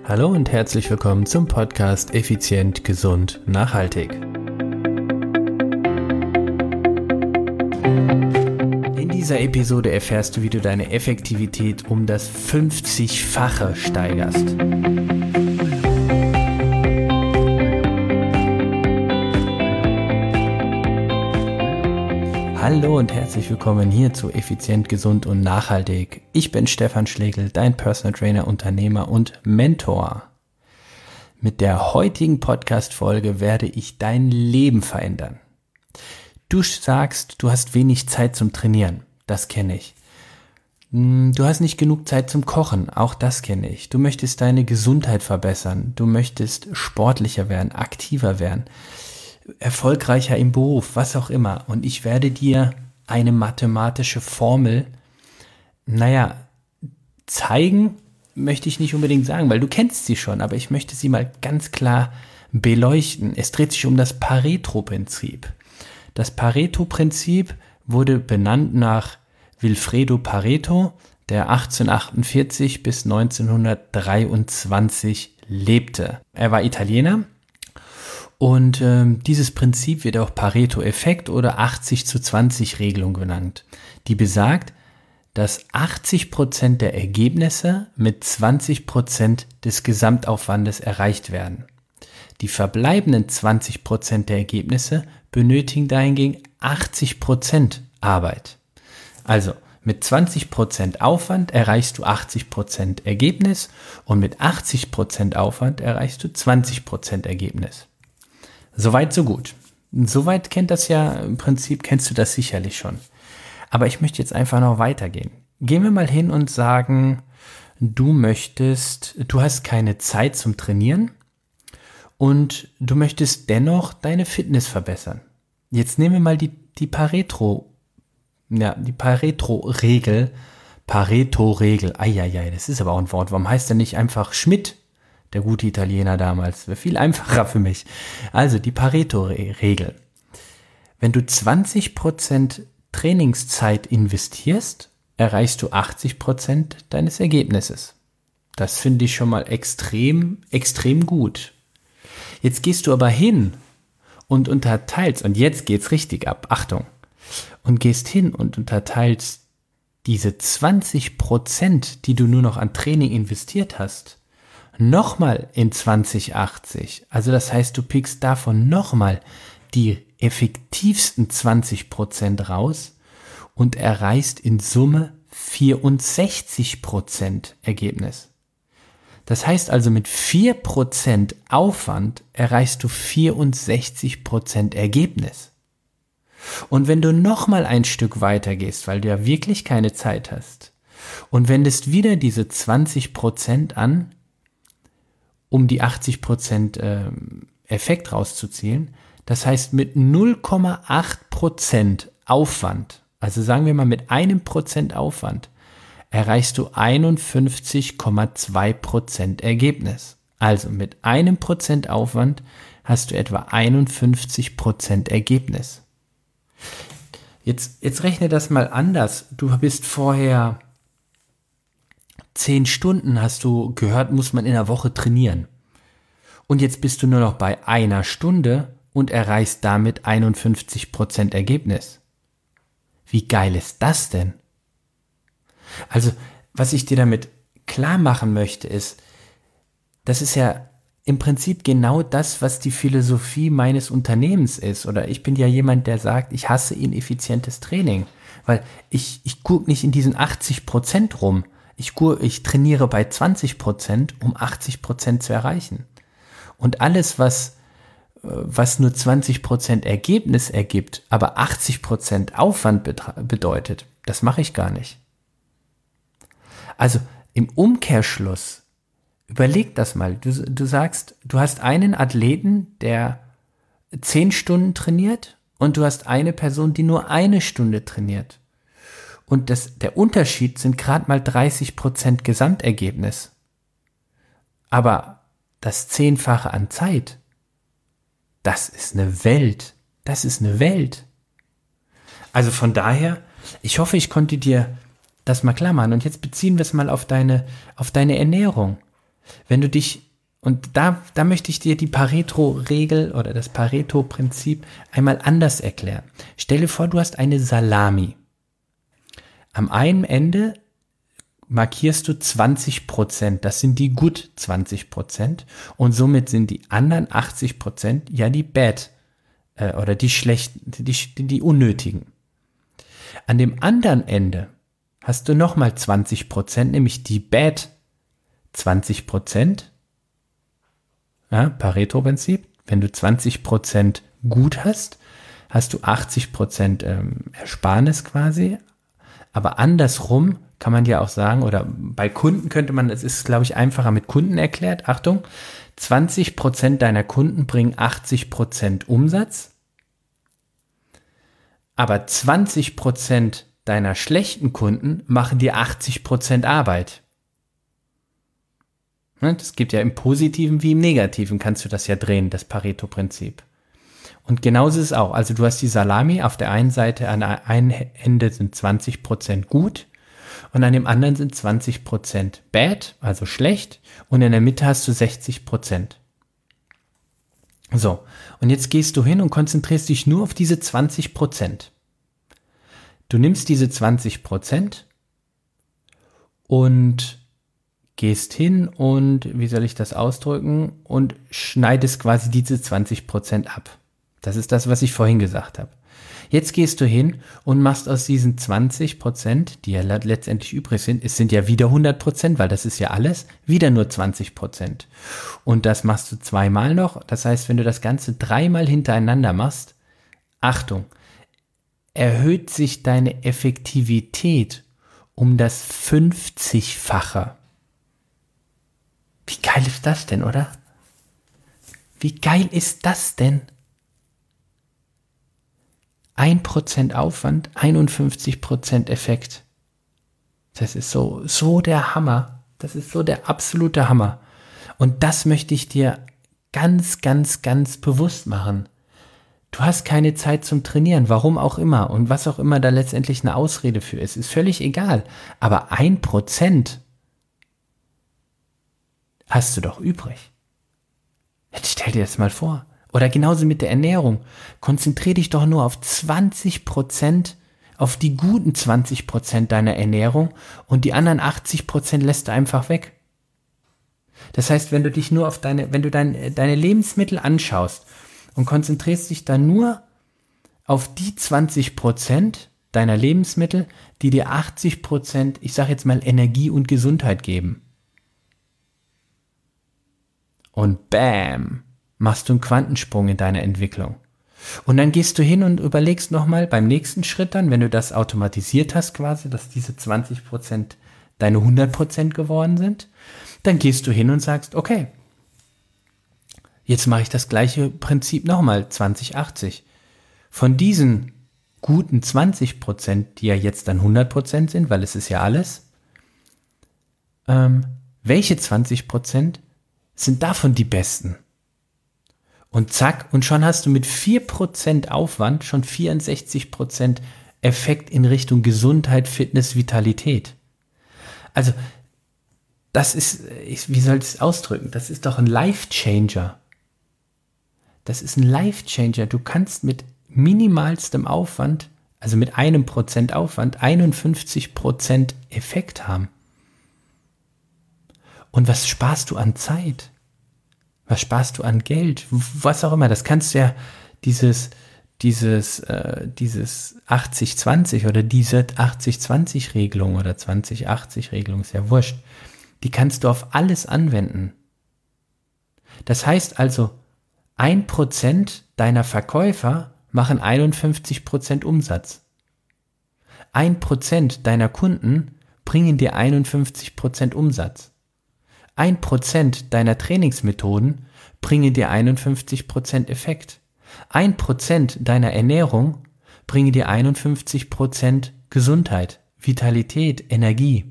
Hallo und herzlich willkommen zum Podcast Effizient, Gesund, Nachhaltig. In dieser Episode erfährst du, wie du deine Effektivität um das 50-fache steigerst. Hallo und herzlich willkommen hier zu Effizient, Gesund und Nachhaltig. Ich bin Stefan Schlegel, dein Personal Trainer, Unternehmer und Mentor. Mit der heutigen Podcast-Folge werde ich dein Leben verändern. Du sagst, du hast wenig Zeit zum Trainieren. Das kenne ich. Du hast nicht genug Zeit zum Kochen. Auch das kenne ich. Du möchtest deine Gesundheit verbessern. Du möchtest sportlicher werden, aktiver werden, erfolgreicher im Beruf, was auch immer. Und ich werde dir eine mathematische Formel, zeigen möchte ich nicht unbedingt sagen, weil du kennst sie schon, aber ich möchte sie mal ganz klar beleuchten. Es dreht sich um das Pareto-Prinzip. Das Pareto-Prinzip wurde benannt nach Vilfredo Pareto, der 1848 bis 1923 lebte. Er war Italiener. Und dieses Prinzip wird auch Pareto-Effekt oder 80-zu-20-Regelung genannt, die besagt, dass 80% der Ergebnisse mit 20% des Gesamtaufwandes erreicht werden. Die verbleibenden 20% der Ergebnisse benötigen dahingegen 80% Arbeit. Also mit 20% Aufwand erreichst du 80% Ergebnis und mit 80% Aufwand erreichst du 20% Ergebnis. Soweit, so gut. Soweit kennst du das sicherlich schon. Aber ich möchte jetzt einfach noch weitergehen. Gehen wir mal hin und sagen, du hast keine Zeit zum Trainieren und du möchtest dennoch deine Fitness verbessern. Jetzt nehmen wir mal die Pareto-Regel. Pareto-Regel. Das ist aber auch ein Wort. Warum heißt der nicht einfach Schmidt? Der gute Italiener damals. Wäre viel einfacher für mich. Also die Pareto-Regel. Wenn du 20% Trainingszeit investierst, erreichst du 80% deines Ergebnisses. Das finde ich schon mal extrem, extrem gut. Jetzt gehst du aber hin und unterteilst, und jetzt geht's richtig ab, Achtung, und gehst hin und unterteilst diese 20%, die du nur noch an Training investiert hast, nochmal in 2080. Also das heißt, du pickst davon nochmal die effektivsten 20% raus und erreichst in Summe 64% Ergebnis. Das heißt also, mit 4% Aufwand erreichst du 64% Ergebnis. Und wenn du nochmal ein Stück weiter gehst, weil du ja wirklich keine Zeit hast, und wendest wieder diese 20% an, um die 80% Effekt rauszuzielen. Das heißt, mit 0,8% Aufwand, also sagen wir mal mit 1% Aufwand, erreichst du 51,2% Ergebnis. Also mit 1% Aufwand hast du etwa 51% Ergebnis. Jetzt rechne das mal anders. Du bist vorher 10 Stunden, hast du gehört, muss man in der Woche trainieren. Und jetzt bist du nur noch bei 1 Stunde und erreichst damit 51% Ergebnis. Wie geil ist das denn? Also, was ich dir damit klar machen möchte, ist, das ist ja im Prinzip genau das, was die Philosophie meines Unternehmens ist. Oder ich bin ja jemand, der sagt, ich hasse ineffizientes Training. Weil ich gucke nicht in diesen 80% rum. Ich trainiere bei 20%, um 80% zu erreichen. Und alles, was nur 20% Ergebnis ergibt, aber 80% Aufwand bedeutet, das mache ich gar nicht. Also im Umkehrschluss, überleg das mal. Du sagst, du hast einen Athleten, der 10 Stunden trainiert und du hast eine Person, die nur 1 Stunde trainiert. Und der Unterschied sind gerade mal 30% Gesamtergebnis. Aber das 10-fache an Zeit, das ist eine Welt. Das ist eine Welt. Also von daher, ich hoffe, ich konnte dir das mal klar machen. Und jetzt beziehen wir es mal auf deine Ernährung. Wenn du dich, und da möchte ich dir die Pareto-Regel oder das Pareto-Prinzip einmal anders erklären. Stell dir vor, du hast eine Salami. Am einen Ende markierst du 20%, das sind die gut 20%, und somit sind die anderen 80% ja die bad oder die schlechten, die unnötigen. An dem anderen Ende hast du nochmal 20%, nämlich die bad 20%, ja, Pareto-Prinzip, wenn du 20% gut hast, hast du 80% Ersparnis quasi, aber andersrum kann man ja auch sagen, oder bei Kunden könnte man, es ist, glaube ich, einfacher mit Kunden erklärt, Achtung, 20% deiner Kunden bringen 80% Umsatz, aber 20% deiner schlechten Kunden machen dir 80% Arbeit. Das gibt ja im Positiven wie im Negativen, kannst du das ja drehen, das Pareto-Prinzip. Und genauso ist es auch. Also du hast die Salami, auf der einen Seite, an einem Ende sind 20% gut und an dem anderen sind 20% bad, also schlecht, und in der Mitte hast du 60%. So, und jetzt gehst du hin und konzentrierst dich nur auf diese 20%. Du nimmst diese 20% und gehst hin und, wie soll ich das ausdrücken, und schneidest quasi diese 20% ab. Das ist das, was ich vorhin gesagt habe. Jetzt gehst du hin und machst aus diesen 20%, die ja letztendlich übrig sind, es sind ja wieder 100%, weil das ist ja alles, wieder nur 20%. Und das machst du zweimal noch. Das heißt, wenn du das Ganze dreimal hintereinander machst, Achtung, erhöht sich deine Effektivität um das 50-fache. Wie geil ist das denn, oder? Wie geil ist das denn? 1% Aufwand, 51% Effekt. Das ist so der Hammer. Das ist so der absolute Hammer. Und das möchte ich dir ganz, ganz, ganz bewusst machen. Du hast keine Zeit zum Trainieren, warum auch immer. Und was auch immer da letztendlich eine Ausrede für ist völlig egal. Aber 1% hast du doch übrig. Jetzt stell dir das mal vor. Oder genauso mit der Ernährung. Konzentrier dich doch nur auf 20%, auf die guten 20% deiner Ernährung und die anderen 80% lässt du einfach weg. Das heißt, wenn du dich nur auf deine Lebensmittel anschaust und konzentrierst dich dann nur auf die 20% deiner Lebensmittel, die dir 80%, ich sage jetzt mal, Energie und Gesundheit geben. Und bam, machst du einen Quantensprung in deiner Entwicklung. Und dann gehst du hin und überlegst nochmal beim nächsten Schritt dann, wenn du das automatisiert hast quasi, dass diese 20% deine 100% geworden sind, dann gehst du hin und sagst, okay, jetzt mache ich das gleiche Prinzip nochmal, 20-80. Von diesen guten 20%, die ja jetzt dann 100% sind, weil es ist ja alles, welche 20% sind davon die besten? Und zack, und schon hast du mit 4% Aufwand schon 64% Effekt in Richtung Gesundheit, Fitness, Vitalität. Also, das ist, wie soll ich es ausdrücken? Das ist doch ein Life-Changer. Das ist ein Life-Changer. Du kannst mit minimalstem Aufwand, also mit 1% Aufwand, 51% Effekt haben. Und was sparst du an Zeit? Was sparst du an Geld? Was auch immer. Das kannst du ja dieses 80-20 oder diese 80-20-Regelung oder 20-80-Regelung, ist ja wurscht. Die kannst du auf alles anwenden. Das heißt also, 1% deiner Verkäufer machen 51% Umsatz. 1% deiner Kunden bringen dir 51% Umsatz. 1% deiner Trainingsmethoden bringen dir 51% Effekt. 1% deiner Ernährung bringen dir 51% Gesundheit, Vitalität, Energie.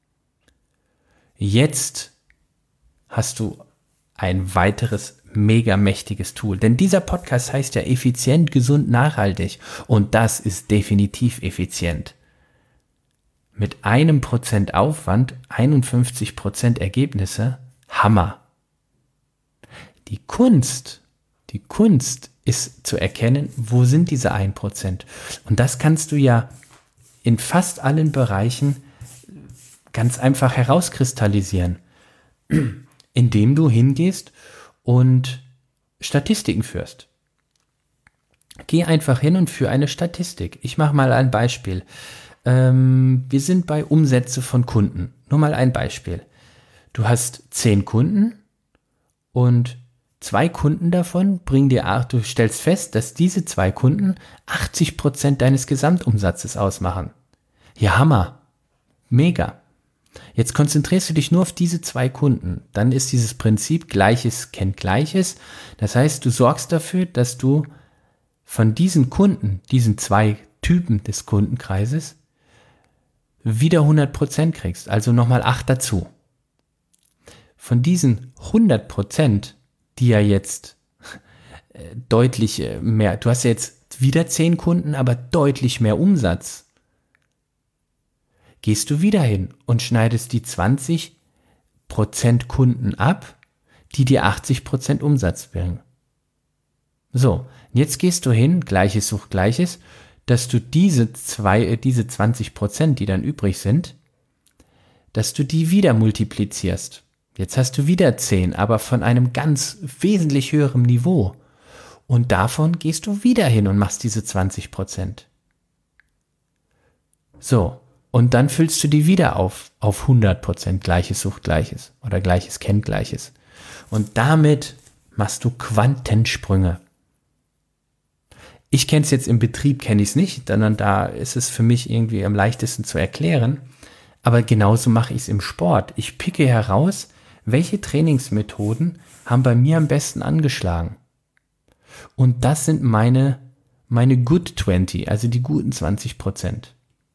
Jetzt hast du ein weiteres mega mächtiges Tool. Denn dieser Podcast heißt ja effizient, gesund, nachhaltig. Und das ist definitiv effizient. Mit 1% Aufwand, 51% Ergebnisse, Hammer. Die Kunst ist zu erkennen, wo sind diese 1%. Und das kannst du ja in fast allen Bereichen ganz einfach herauskristallisieren, indem du hingehst und Statistiken führst. Geh einfach hin und führe eine Statistik. Ich mache mal ein Beispiel. Wir sind bei Umsätze von Kunden. Nur mal ein Beispiel. Du hast 10 Kunden und 2 Kunden davon du stellst fest, dass diese 2 Kunden 80% deines Gesamtumsatzes ausmachen. Ja, Hammer. Mega. Jetzt konzentrierst du dich nur auf diese 2 Kunden. Dann ist dieses Prinzip Gleiches kennt Gleiches. Das heißt, du sorgst dafür, dass du von diesen Kunden, diesen 2 Typen des Kundenkreises, wieder 100% kriegst. Also nochmal 8 dazu. Von diesen 100%, die ja jetzt deutlich mehr, du hast ja jetzt wieder 10 Kunden, aber deutlich mehr Umsatz, gehst du wieder hin und schneidest die 20% Kunden ab, die dir 80% Umsatz bringen. So, jetzt gehst du hin, Gleiches sucht Gleiches, dass du diese 20%, die dann übrig sind, dass du die wieder multiplizierst. Jetzt hast du wieder 10, aber von einem ganz wesentlich höheren Niveau. Und davon gehst du wieder hin und machst diese 20%. So, und dann füllst du die wieder auf 100%. Gleiches sucht Gleiches oder Gleiches kennt Gleiches. Und damit machst du Quantensprünge. Ich kenne es jetzt im Betrieb, kenne ich es nicht, sondern da ist es für mich irgendwie am leichtesten zu erklären. Aber genauso mache ich es im Sport. Ich picke heraus, welche Trainingsmethoden haben bei mir am besten angeschlagen. Und das sind meine Good 20, also die guten 20%.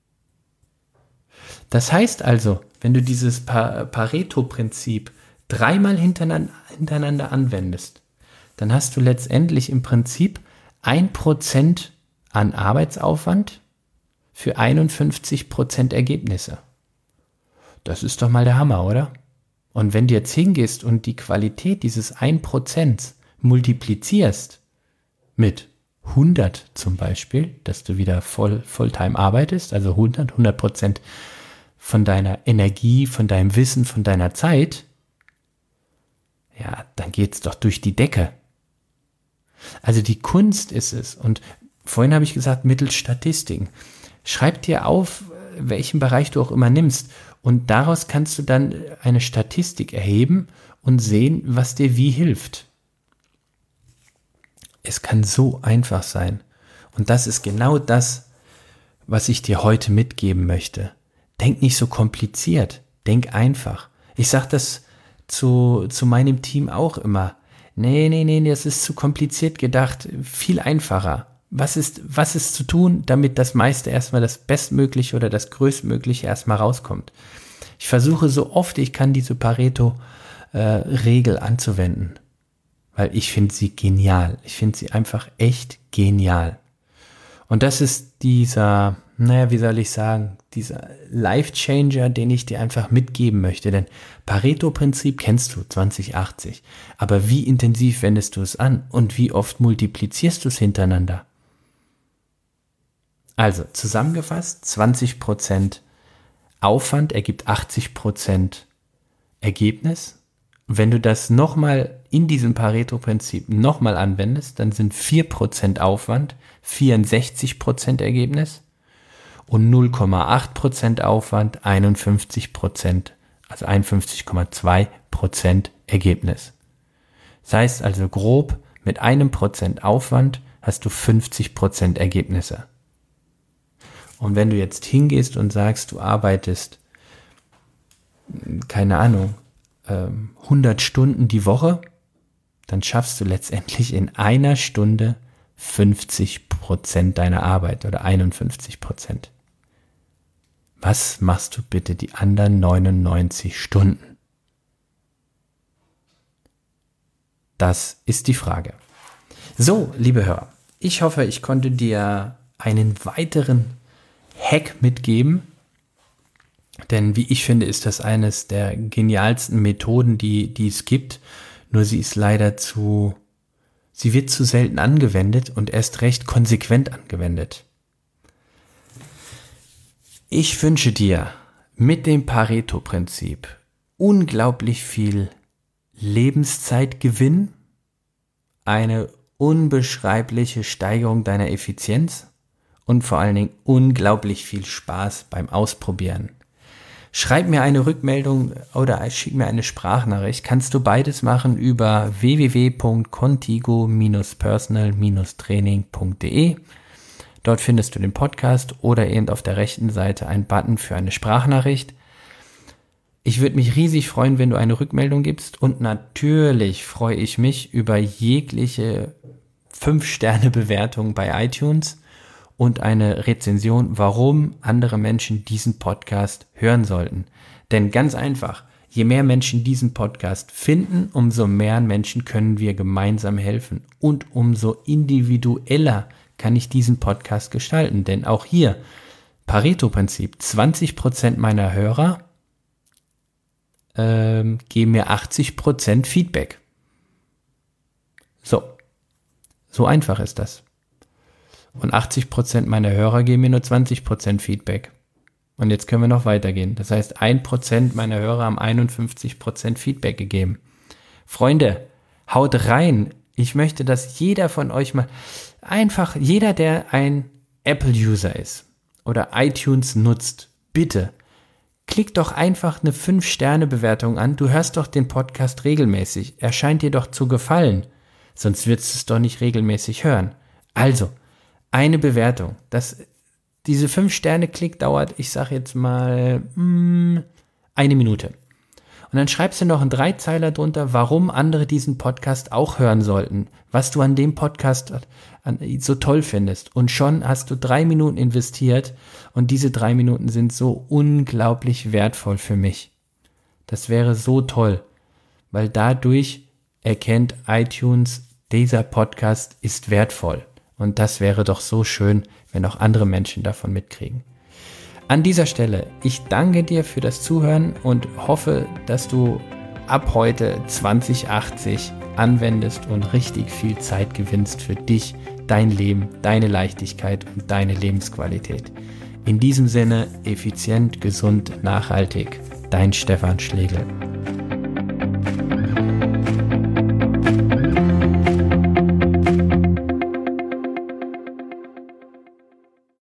Das heißt also, wenn du dieses Pareto-Prinzip 3-mal hintereinander anwendest, dann hast du letztendlich im Prinzip 1% an Arbeitsaufwand für 51% Ergebnisse. Das ist doch mal der Hammer, oder? Und wenn du jetzt hingehst und die Qualität dieses 1% multiplizierst mit 100 zum Beispiel, dass du wieder Fulltime arbeitest, also 100% von deiner Energie, von deinem Wissen, von deiner Zeit, ja, dann geht's doch durch die Decke. Also die Kunst ist es. Und vorhin habe ich gesagt, mittels Statistiken. Schreib dir auf, welchen Bereich du auch immer nimmst. Und daraus kannst du dann eine Statistik erheben und sehen, was dir wie hilft. Es kann so einfach sein. Und das ist genau das, was ich dir heute mitgeben möchte. Denk nicht so kompliziert. Denk einfach. Ich sage das zu meinem Team auch immer. Nee, das ist zu kompliziert gedacht. Viel einfacher. Was ist zu tun, damit das meiste erstmal das Bestmögliche oder das Größtmögliche erstmal rauskommt? Ich versuche so oft ich kann diese Pareto-Regel anzuwenden, weil ich finde sie genial. Ich finde sie einfach echt genial. Und das ist dieser Life-Changer, den ich dir einfach mitgeben möchte. Denn Pareto-Prinzip kennst du, 20/80. Aber wie intensiv wendest du es an und wie oft multiplizierst du es hintereinander? Also, zusammengefasst, 20% Aufwand ergibt 80% Ergebnis. Wenn du das nochmal in diesem Pareto-Prinzip nochmal anwendest, dann sind 4% Aufwand 64% Ergebnis und 0,8% Aufwand 51%, also 51,2% Ergebnis. Das heißt also grob, mit 1% Aufwand hast du 50% Ergebnisse. Und wenn du jetzt hingehst und sagst, du arbeitest, keine Ahnung, 100 Stunden die Woche, dann schaffst du letztendlich in einer Stunde 50% deiner Arbeit oder 51%. Was machst du bitte die anderen 99 Stunden? Das ist die Frage. So, liebe Hörer, ich hoffe, ich konnte dir einen weiteren Hack mitgeben, Denn wie ich finde, ist das eines der genialsten Methoden, die es gibt. Nur sie wird zu selten angewendet und erst recht konsequent angewendet. Ich wünsche dir mit dem Pareto-Prinzip unglaublich viel Lebenszeitgewinn, eine unbeschreibliche Steigerung deiner Effizienz und vor allen Dingen unglaublich viel Spaß beim Ausprobieren. Schreib mir eine Rückmeldung oder schick mir eine Sprachnachricht. Kannst du beides machen über www.contigo-personal-training.de. Dort findest du den Podcast oder eben auf der rechten Seite einen Button für eine Sprachnachricht. Ich würde mich riesig freuen, wenn du eine Rückmeldung gibst, und natürlich freue ich mich über jegliche 5-Sterne-Bewertung bei iTunes und eine Rezension, warum andere Menschen diesen Podcast hören sollten. Denn ganz einfach, je mehr Menschen diesen Podcast finden, umso mehr Menschen können wir gemeinsam helfen und umso individueller kann ich diesen Podcast gestalten. Denn auch hier, Pareto-Prinzip, 20% meiner Hörer geben mir 80% Feedback. So einfach ist das. Und 80% meiner Hörer geben mir nur 20% Feedback. Und jetzt können wir noch weitergehen. Das heißt, 1% meiner Hörer haben 51% Feedback gegeben. Freunde, haut rein. Ich möchte, dass jeder von euch mal jeder, der ein Apple-User ist oder iTunes nutzt, bitte, klick doch einfach eine 5-Sterne-Bewertung an. Du hörst doch den Podcast regelmäßig. Er scheint dir doch zu gefallen. Sonst würdest du es doch nicht regelmäßig hören. Also, eine Bewertung. Diese 5-Sterne-Klick dauert, ich sage jetzt mal, 1 Minute. Und dann schreibst du noch einen 3-Zeiler drunter, warum andere diesen Podcast auch hören sollten, was du an dem Podcast so toll findest. Und schon hast du 3 Minuten investiert und diese 3 Minuten sind so unglaublich wertvoll für mich. Das wäre so toll, weil dadurch erkennt iTunes, dieser Podcast ist wertvoll. Und das wäre doch so schön, wenn auch andere Menschen davon mitkriegen. An dieser Stelle, ich danke dir für das Zuhören und hoffe, dass du ab heute 2080 anwendest und richtig viel Zeit gewinnst für dich, dein Leben, deine Leichtigkeit und deine Lebensqualität. In diesem Sinne, effizient, gesund, nachhaltig, dein Stefan Schlegel.